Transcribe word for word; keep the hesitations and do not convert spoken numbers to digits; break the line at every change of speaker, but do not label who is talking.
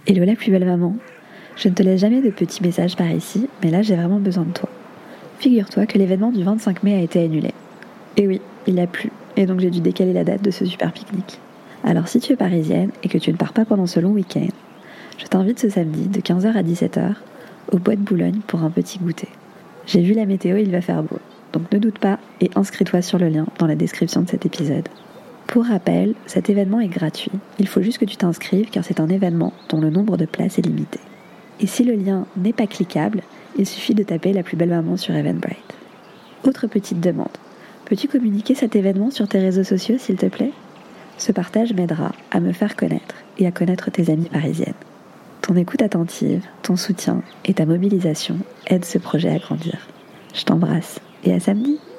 Hello la plus belle maman, je ne te laisse jamais de petits messages par ici, mais là j'ai vraiment besoin de toi. Figure-toi que l'événement du vingt-cinq mai a été annulé. Et oui, il a plu, et donc j'ai dû décaler la date de ce super pique-nique. Alors si tu es parisienne et que tu ne pars pas pendant ce long week-end, je t'invite ce samedi de quinze heures à dix-sept heures au Bois de Boulogne pour un petit goûter. J'ai vu la météo, il va faire beau, donc ne doute pas et inscris-toi sur le lien dans la description de cet épisode. Pour rappel, cet événement est gratuit. Il faut juste que tu t'inscrives car c'est un événement dont le nombre de places est limité. Et si le lien n'est pas cliquable, il suffit de taper la plus belle maman sur Eventbrite. Autre petite demande. Peux-tu communiquer cet événement sur tes réseaux sociaux s'il te plaît ? Ce partage m'aidera à me faire connaître et à connaître tes amies parisiennes. Ton écoute attentive, ton soutien et ta mobilisation aident ce projet à grandir. Je t'embrasse et à samedi.